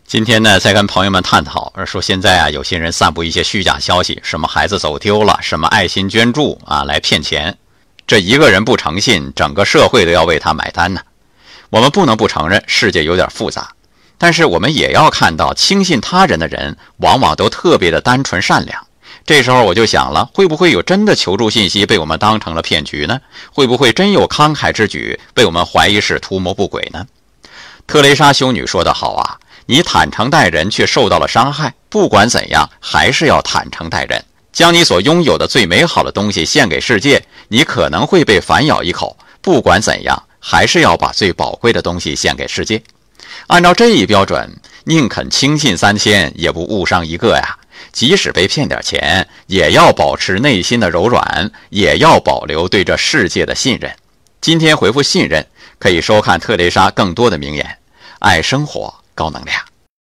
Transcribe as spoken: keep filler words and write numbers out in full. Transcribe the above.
今天呢，在跟朋友们探讨，说现在啊，有些人散布一些虚假消息，什么孩子走丢了，什么爱心捐助啊，来骗钱。这一个人不诚信，整个社会都要为他买单呢。我们不能不承认世界有点复杂，但是我们也要看到，轻信他人的人往往都特别的单纯善良。这时候我就想了，会不会有真的求助信息被我们当成了骗局呢？会不会真有慷慨之举被我们怀疑是图谋不轨呢？特蕾莎修女说得好啊，你坦诚待人却受到了伤害，不管怎样还是要坦诚待人。将你所拥有的最美好的东西献给世界，你可能会被反咬一口，不管怎样还是要把最宝贵的东西献给世界。按照这一标准，宁肯轻信三千也不误伤一个呀。即使被骗点钱，也要保持内心的柔软，也要保留对这世界的信任。今天回复信任，可以收看特蕾莎更多的名言。爱生活，高能量。